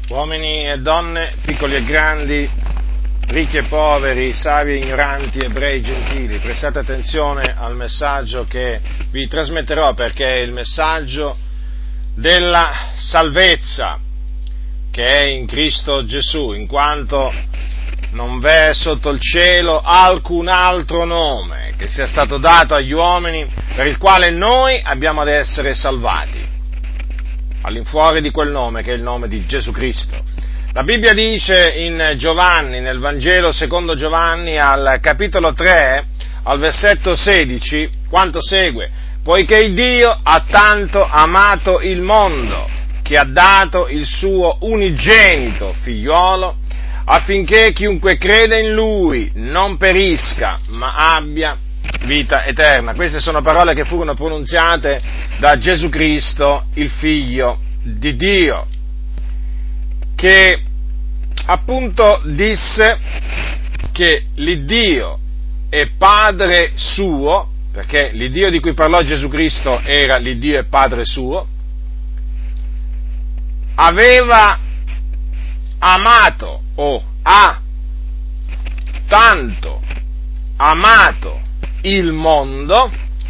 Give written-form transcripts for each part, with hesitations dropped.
uomini e donne, piccoli e grandi, ricchi e poveri, savi e ignoranti, ebrei e gentili, prestate attenzione al messaggio che vi trasmetterò, perché è il messaggio della salvezza che è in Cristo Gesù, in quanto non v'è sotto il cielo alcun altro nome che sia stato dato agli uomini per il quale noi abbiamo ad essere salvati, all'infuori di quel nome che è il nome di Gesù Cristo. La Bibbia dice in Giovanni, nel Vangelo secondo Giovanni, al capitolo 3, al versetto 16, quanto segue: poiché Dio ha tanto amato il mondo, che ha dato il suo unigenito figliolo, affinché chiunque crede in Lui non perisca, ma abbia vita eterna. Queste sono parole che furono pronunziate da Gesù Cristo, il Figlio di Dio, che appunto disse che l'Iddio è Padre suo, perché l'Iddio di cui parlò Gesù Cristo era l'Iddio e Padre suo, aveva amato o ha tanto amato il mondo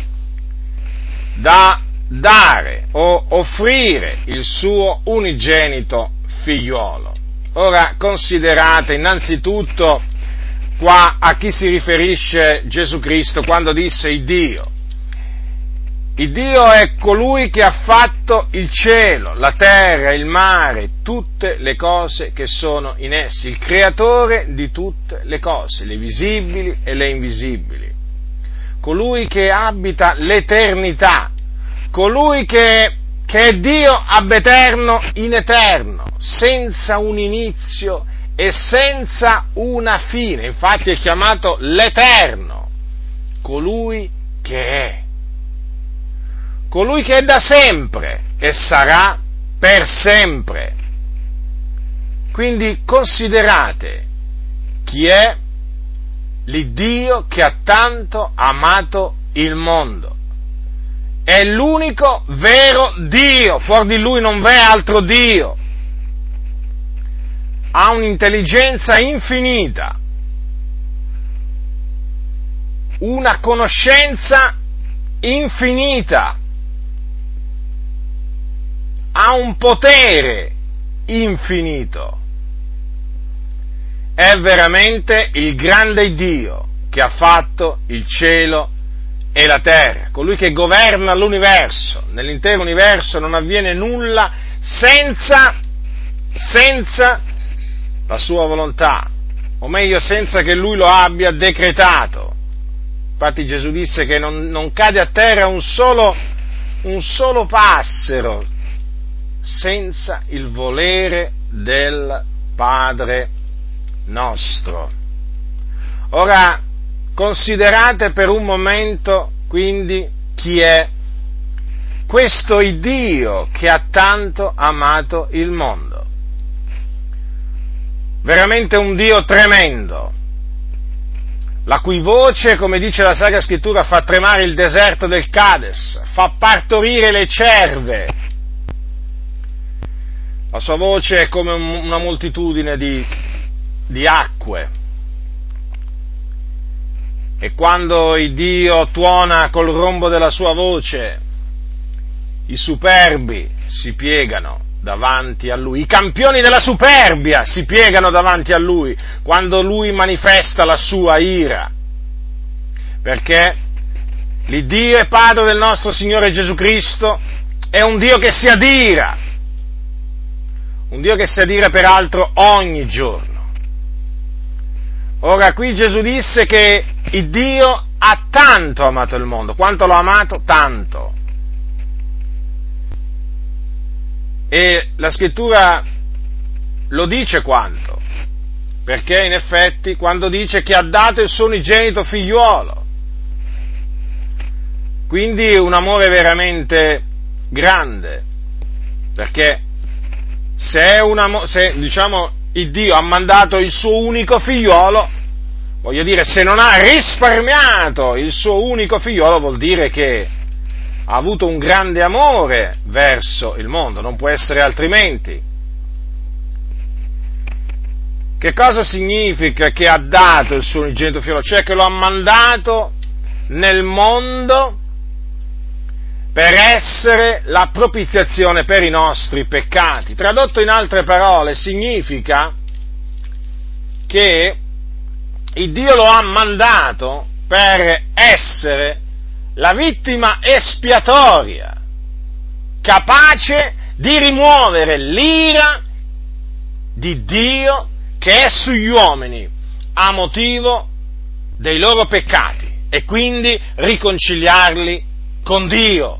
da dare o offrire il suo unigenito figliuolo. Ora considerate innanzitutto qua a chi si riferisce Gesù Cristo quando disse Iddio. Iddio è colui che ha fatto il cielo, la terra, il mare, tutte le cose che sono in essi, il creatore di tutte le cose, le visibili e le invisibili, colui che abita l'eternità, colui che è Dio ab eterno in eterno, senza un inizio e senza una fine, infatti è chiamato l'Eterno, colui che è da sempre e sarà per sempre. Quindi considerate chi è l'Iddio che ha tanto amato il mondo. È l'unico vero Dio, fuori di Lui non v'è altro Dio. Ha un'intelligenza infinita, una conoscenza infinita, ha un potere infinito. È veramente il grande Dio che ha fatto il cielo e la terra, colui che governa l'universo. Nell'intero universo non avviene nulla senza la sua volontà, o meglio senza che lui lo abbia decretato. Infatti Gesù disse che non cade a terra un solo passero senza il volere del Padre nostro. Ora, considerate per un momento, quindi, chi è questo Iddio che ha tanto amato il mondo. Veramente un Dio tremendo, la cui voce, come dice la Sacra Scrittura, fa tremare il deserto del Cades, fa partorire le cerve. La sua voce è come una moltitudine di acque. E quando il Dio tuona col rombo della sua voce, i superbi si piegano davanti a Lui, i campioni della superbia si piegano davanti a Lui, quando Lui manifesta la sua ira. Perché l'Iddio e Padre del nostro Signore Gesù Cristo è un Dio che si adira, un Dio che si adira peraltro ogni giorno. Ora, qui Gesù disse che il Dio ha tanto amato il mondo. Quanto l'ha amato? Tanto. E la Scrittura lo dice quanto, perché in effetti quando dice che ha dato il suo unigenito figliuolo, quindi un amore veramente grande, perché se il Dio ha mandato il suo unico figliolo, voglio dire, se non ha risparmiato il suo unico figliolo, vuol dire che ha avuto un grande amore verso il mondo, non può essere altrimenti. Che cosa significa che ha dato il suo unigenito figlio? Cioè che lo ha mandato nel mondo per essere la propiziazione per i nostri peccati. Tradotto in altre parole, significa che il Dio lo ha mandato per essere la vittima espiatoria, capace di rimuovere l'ira di Dio che è sugli uomini a motivo dei loro peccati e quindi riconciliarli con Dio.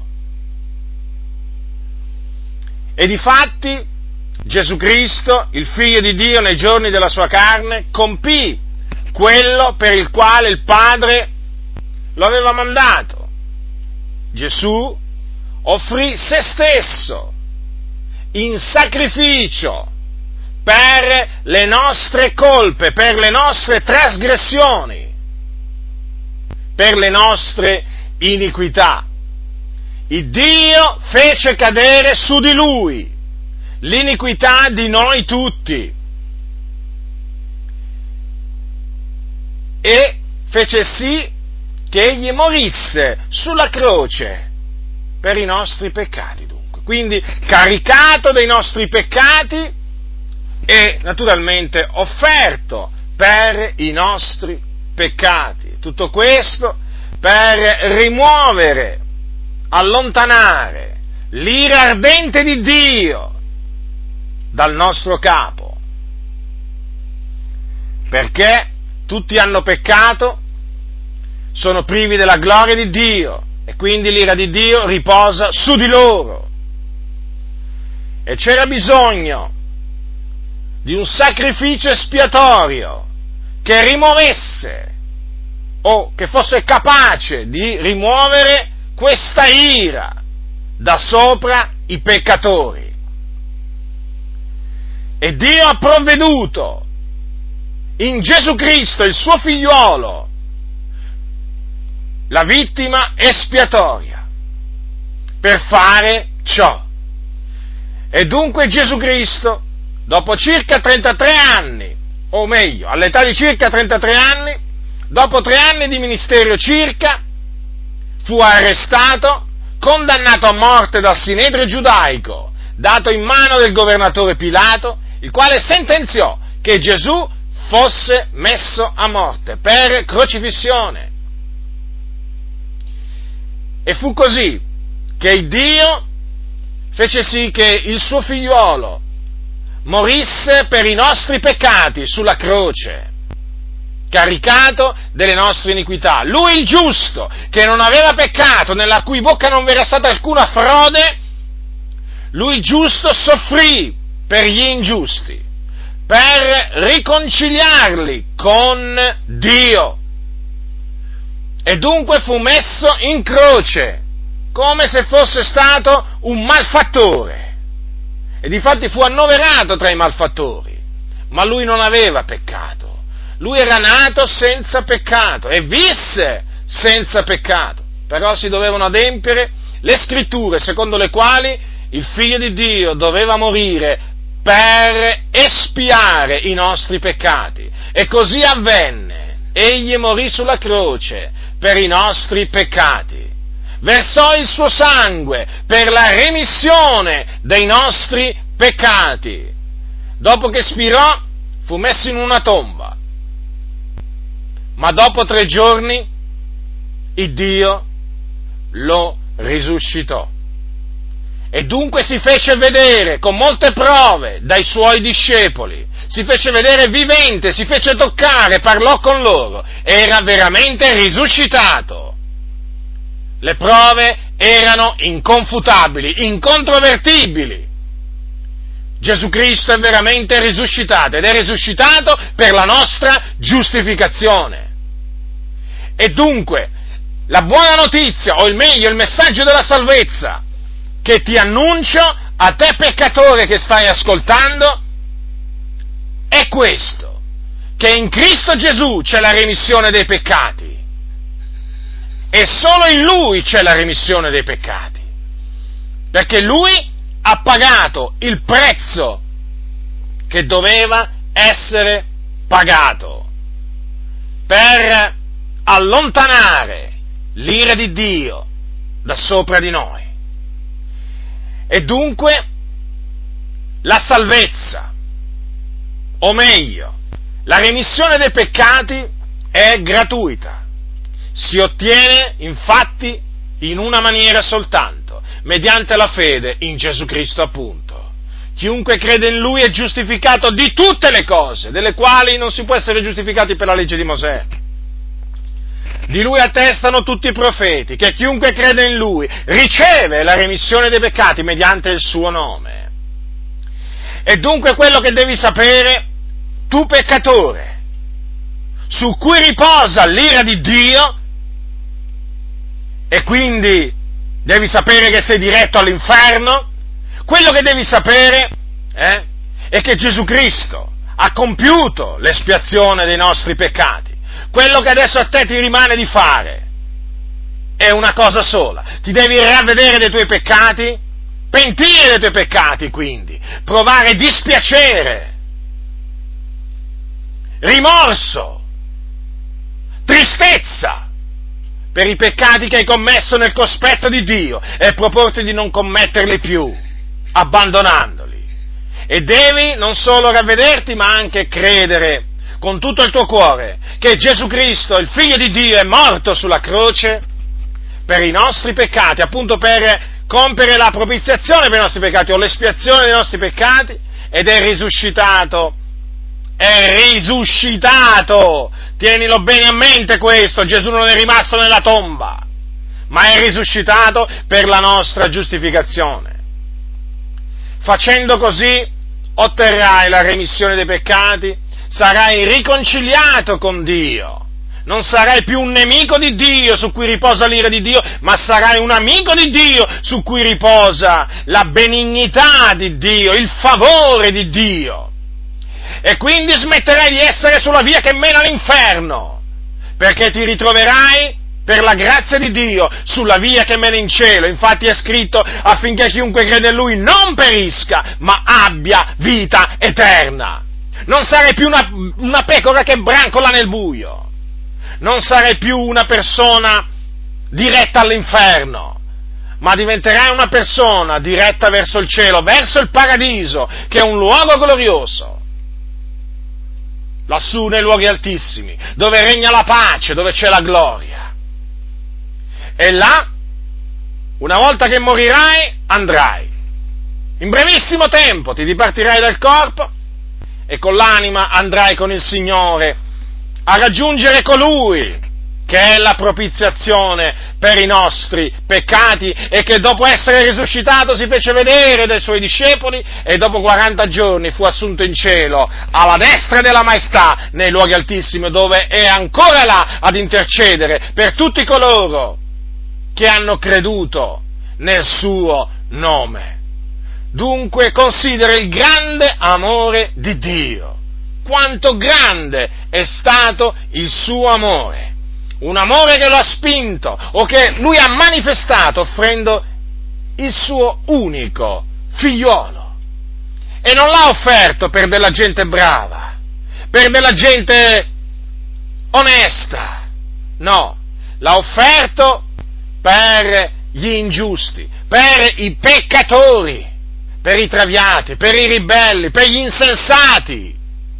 E difatti Gesù Cristo, il Figlio di Dio, nei giorni della sua carne, compì quello per il quale il Padre lo aveva mandato. Gesù offrì se stesso in sacrificio per le nostre colpe, per le nostre trasgressioni, per le nostre iniquità. Il Dio fece cadere su di Lui l'iniquità di noi tutti e fece sì che Egli morisse sulla croce per i nostri peccati, dunque. Quindi caricato dei nostri peccati e naturalmente offerto per i nostri peccati. Tutto questo per rimuovere, allontanare l'ira ardente di Dio dal nostro capo, perché tutti hanno peccato, sono privi della gloria di Dio e quindi l'ira di Dio riposa su di loro. E c'era bisogno di un sacrificio espiatorio che rimuovesse o che fosse capace di rimuovere questa ira da sopra i peccatori. E Dio ha provveduto in Gesù Cristo, il suo figliuolo, la vittima espiatoria, per fare ciò. E dunque Gesù Cristo, dopo circa 33 anni, o meglio, all'età di circa 33 anni, dopo 3 anni di ministero circa, fu arrestato, condannato a morte dal Sinedrio giudaico, dato in mano del governatore Pilato, il quale sentenziò che Gesù fosse messo a morte per crocifissione. E fu così che Dio fece sì che il suo figliuolo morisse per i nostri peccati sulla croce, caricato delle nostre iniquità. Lui il giusto, che non aveva peccato, nella cui bocca non vi era stata alcuna frode, lui il giusto soffrì per gli ingiusti, per riconciliarli con Dio. E dunque fu messo in croce, come se fosse stato un malfattore. E difatti fu annoverato tra i malfattori, ma lui non aveva peccato. Lui era nato senza peccato e visse senza peccato. Però si dovevano adempiere le scritture secondo le quali il Figlio di Dio doveva morire per espiare i nostri peccati. E così avvenne. Egli morì sulla croce per i nostri peccati. Versò il suo sangue per la remissione dei nostri peccati. Dopo che spirò, fu messo in una tomba. Ma dopo 3 giorni, il Dio lo risuscitò. E dunque si fece vedere con molte prove dai suoi discepoli, si fece vedere vivente, si fece toccare, parlò con loro, era veramente risuscitato. Le prove erano inconfutabili, incontrovertibili. Gesù Cristo è veramente risuscitato ed è risuscitato per la nostra giustificazione. E dunque, la buona notizia, o il meglio, il messaggio della salvezza, che ti annuncio a te peccatore che stai ascoltando, è questo, che in Cristo Gesù c'è la remissione dei peccati. E solo in Lui c'è la remissione dei peccati, perché Lui ha pagato il prezzo che doveva essere pagato per allontanare l'ira di Dio da sopra di noi. E dunque la salvezza, o meglio, la remissione dei peccati è gratuita. Si ottiene infatti in una maniera soltanto, mediante la fede in Gesù Cristo appunto. Chiunque crede in Lui è giustificato di tutte le cose, delle quali non si può essere giustificati per la legge di Mosè. Di Lui attestano tutti i profeti, che chiunque crede in Lui riceve la remissione dei peccati mediante il suo nome. E dunque quello che devi sapere, tu peccatore, su cui riposa l'ira di Dio, e quindi devi sapere che sei diretto all'inferno, quello che devi sapere è che Gesù Cristo ha compiuto l'espiazione dei nostri peccati. Quello che adesso a te ti rimane di fare è una cosa sola: ti devi ravvedere dei tuoi peccati, pentire dei tuoi peccati, quindi provare dispiacere, rimorso, tristezza per i peccati che hai commesso nel cospetto di Dio e proporti di non commetterli più, abbandonandoli. E devi non solo ravvederti, ma anche credere con tutto il tuo cuore che Gesù Cristo, il Figlio di Dio, è morto sulla croce per i nostri peccati, appunto per compiere la propiziazione per i nostri peccati o l'espiazione dei nostri peccati, ed è risuscitato. Tienilo bene a mente questo: Gesù non è rimasto nella tomba, ma è risuscitato per la nostra giustificazione. Facendo così otterrai la remissione dei peccati, sarai riconciliato con Dio, non sarai più un nemico di Dio su cui riposa l'ira di Dio, ma sarai un amico di Dio su cui riposa la benignità di Dio, il favore di Dio. E quindi smetterai di essere sulla via che mena all'inferno, perché ti ritroverai, per la grazia di Dio, sulla via che mena in cielo. Infatti è scritto: affinché chiunque crede in Lui non perisca, ma abbia vita eterna. Non sarai più una pecora che brancola nel buio, non sarai più una persona diretta all'inferno, ma diventerai una persona diretta verso il cielo, verso il paradiso, che è un luogo glorioso, lassù nei luoghi altissimi, dove regna la pace, dove c'è la gloria. E là, una volta che morirai, andrai. In brevissimo tempo ti dipartirai dal corpo e con l'anima andrai con il Signore a raggiungere colui che è la propiziazione per i nostri peccati e che dopo essere risuscitato si fece vedere dai suoi discepoli e dopo 40 giorni fu assunto in cielo alla destra della maestà nei luoghi altissimi, dove è ancora là ad intercedere per tutti coloro che hanno creduto nel suo nome. Dunque considera il grande amore di Dio, quanto grande è stato il suo amore, un amore che lo ha spinto o che lui ha manifestato offrendo il suo unico figliuolo, e non l'ha offerto per della gente brava, per della gente onesta, no, l'ha offerto per gli ingiusti, per i peccatori, per i traviati, per i ribelli, per gli insensati.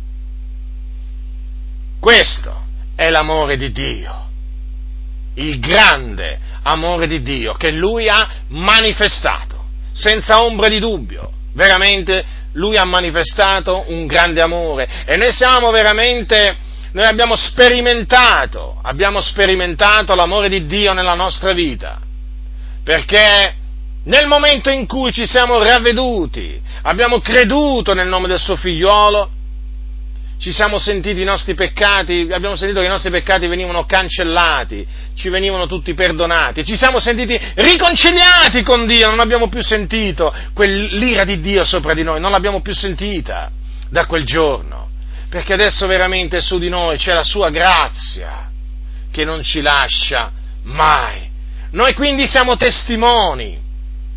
Questo è l'amore di Dio, il grande amore di Dio che Lui ha manifestato, senza ombra di dubbio. Veramente Lui ha manifestato un grande amore e noi abbiamo sperimentato l'amore di Dio nella nostra vita, perché nel momento in cui ci siamo ravveduti, abbiamo creduto nel nome del suo figliolo, ci siamo sentiti i nostri peccati, abbiamo sentito che i nostri peccati venivano cancellati, ci venivano tutti perdonati, ci siamo sentiti riconciliati con Dio, non abbiamo più sentito quell'ira di Dio sopra di noi, non l'abbiamo più sentita da quel giorno, perché adesso veramente su di noi c'è la sua grazia che non ci lascia mai. Noi quindi siamo testimoni,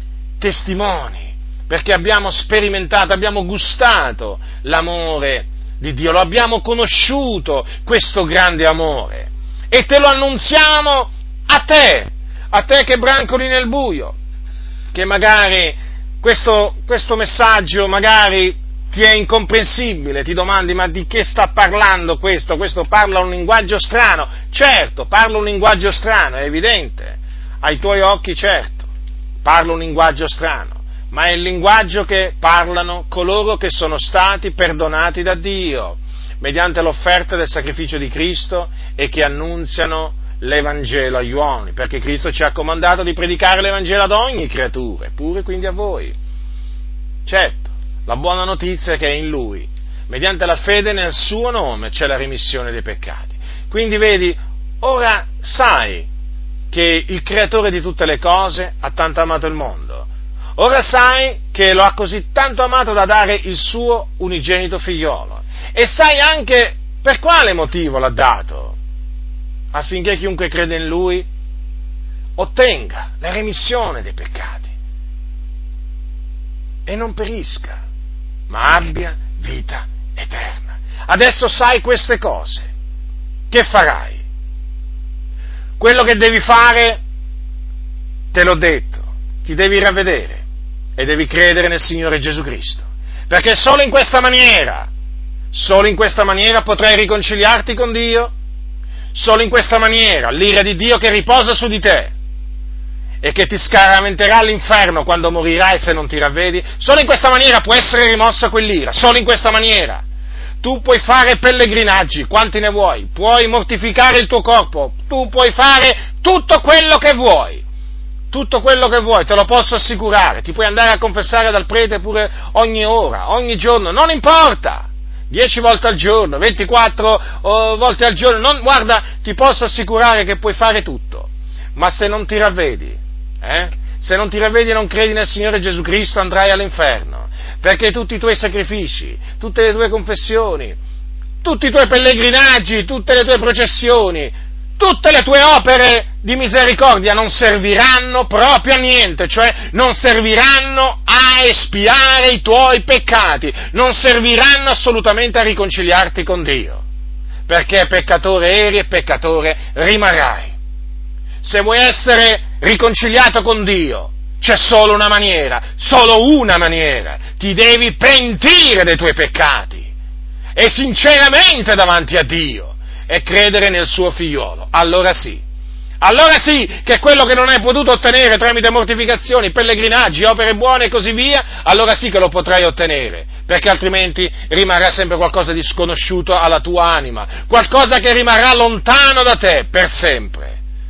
perché abbiamo sperimentato, abbiamo gustato l'amore di Dio, lo abbiamo conosciuto, questo grande amore, e te lo annunziamo a te che brancoli nel buio, che magari questo messaggio magari ti è incomprensibile, ti domandi ma di che sta parlando questo? Questo parla un linguaggio strano. Certo, parla un linguaggio strano, è evidente, ai tuoi occhi certo, parla un linguaggio strano, ma è il linguaggio che parlano coloro che sono stati perdonati da Dio, mediante l'offerta del sacrificio di Cristo e che annunziano l'Evangelo agli uomini, perché Cristo ci ha comandato di predicare l'Evangelo ad ogni creatura, pure quindi a voi. Certo, la buona notizia è che in Lui, mediante la fede nel Suo nome, c'è la remissione dei peccati. Quindi vedi, ora sai che il Creatore di tutte le cose ha tanto amato il mondo. Ora sai che lo ha così tanto amato da dare il Suo unigenito figliolo. E sai anche per quale motivo l'ha dato. Affinché chiunque crede in Lui ottenga la remissione dei peccati e non perisca, ma abbia vita eterna. Adesso sai queste cose. Che farai? Quello che devi fare, te l'ho detto, ti devi ravvedere e devi credere nel Signore Gesù Cristo, perché solo in questa maniera potrai riconciliarti con Dio. Solo in questa maniera l'ira di Dio che riposa su di te e che ti scaraventerà all'inferno quando morirai se non ti ravvedi, solo in questa maniera può essere rimossa quell'ira, solo in questa maniera. Tu puoi fare pellegrinaggi, quanti ne vuoi, puoi mortificare il tuo corpo, tu puoi fare tutto quello che vuoi, te lo posso assicurare, ti puoi andare a confessare dal prete pure ogni ora, ogni giorno, non importa. 10 volte al giorno, 24 volte al giorno, guarda, ti posso assicurare che puoi fare tutto, ma se non ti ravvedi e non credi nel Signore Gesù Cristo, andrai all'inferno, perché tutti i tuoi sacrifici, tutte le tue confessioni, tutti i tuoi pellegrinaggi, tutte le tue processioni, tutte le tue opere di misericordia non serviranno proprio a niente, cioè non serviranno a espiare i tuoi peccati, non serviranno assolutamente a riconciliarti con Dio, perché peccatore eri e peccatore rimarrai. Se vuoi essere riconciliato con Dio, c'è solo una maniera, ti devi pentire dei tuoi peccati e sinceramente davanti a Dio e credere nel suo figliolo, allora sì che quello che non hai potuto ottenere tramite mortificazioni, pellegrinaggi, opere buone e così via, allora sì che lo potrai ottenere, perché altrimenti rimarrà sempre qualcosa di sconosciuto alla tua anima, qualcosa che rimarrà lontano da te per sempre.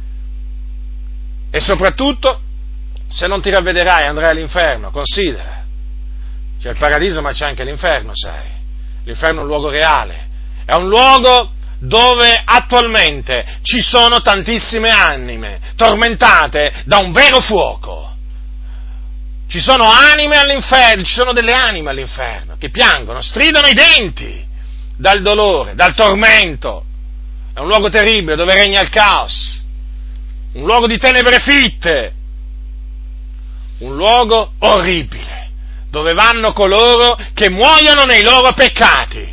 E soprattutto, se non ti ravvederai andrai all'inferno, considera. C'è il paradiso ma c'è anche l'inferno, sai. L'inferno è un luogo reale, è un luogo dove attualmente ci sono tantissime anime tormentate da un vero fuoco. Ci sono anime all'inferno, ci sono delle anime all'inferno che piangono, stridono i denti dal dolore, dal tormento. È un luogo terribile dove regna il caos, un luogo di tenebre fitte, un luogo orribile dove vanno coloro che muoiono nei loro peccati.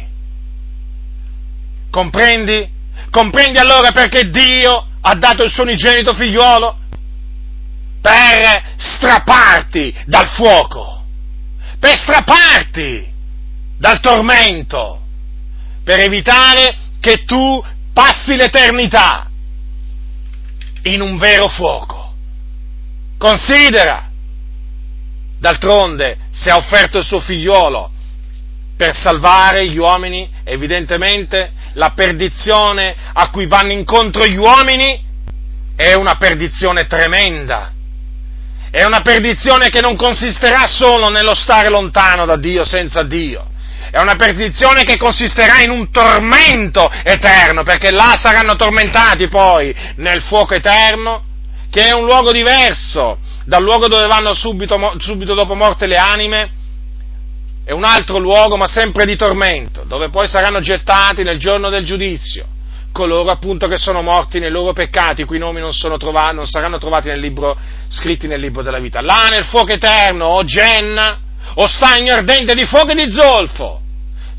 Comprendi? Comprendi allora perché Dio ha dato il suo unigenito figliuolo? Per strapparti dal fuoco, per strapparti dal tormento, per evitare che tu passi l'eternità in un vero fuoco. Considera, d'altronde, se ha offerto il suo figliuolo per salvare gli uomini, evidentemente la perdizione a cui vanno incontro gli uomini è una perdizione tremenda, è una perdizione che non consisterà solo nello stare lontano da Dio, senza Dio, è una perdizione che consisterà in un tormento eterno, perché là saranno tormentati poi nel fuoco eterno, che è un luogo diverso dal luogo dove vanno subito dopo morte le anime. È un altro luogo, ma sempre di tormento, dove poi saranno gettati nel giorno del giudizio coloro appunto che sono morti nei loro peccati, i cui nomi non saranno trovati scritti nel libro della vita. Là nel fuoco eterno, o genna, o stagno ardente di fuoco e di zolfo,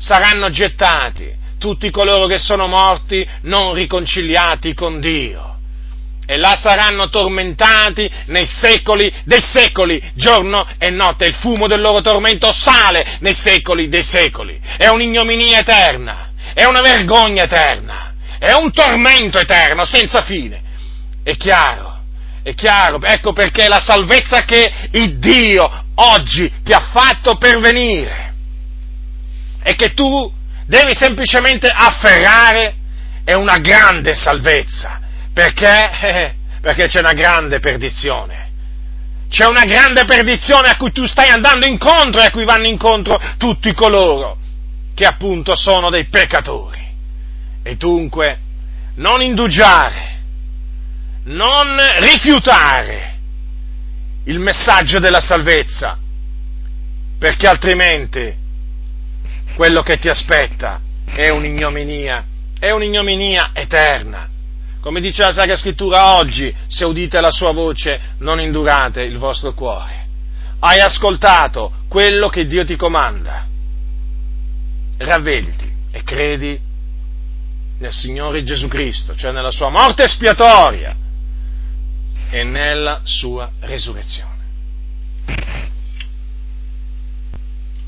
saranno gettati, tutti coloro che sono morti non riconciliati con Dio. E là saranno tormentati nei secoli dei secoli, giorno e notte. Il fumo del loro tormento sale nei secoli dei secoli. È un'ignominia eterna, è una vergogna eterna, è un tormento eterno senza fine. È chiaro, ecco perché la salvezza che il Dio oggi ti ha fatto pervenire e che tu devi semplicemente afferrare è una grande salvezza. Perché? Perché c'è una grande perdizione. C'è una grande perdizione a cui tu stai andando incontro e a cui vanno incontro tutti coloro che appunto sono dei peccatori. E dunque non indugiare, non rifiutare il messaggio della salvezza, perché altrimenti quello che ti aspetta è un'ignominia eterna. Come dice la Sacra Scrittura, oggi, se udite la sua voce, non indurate il vostro cuore. Hai ascoltato quello che Dio ti comanda. Ravvediti e credi nel Signore Gesù Cristo, cioè nella sua morte espiatoria e nella sua resurrezione.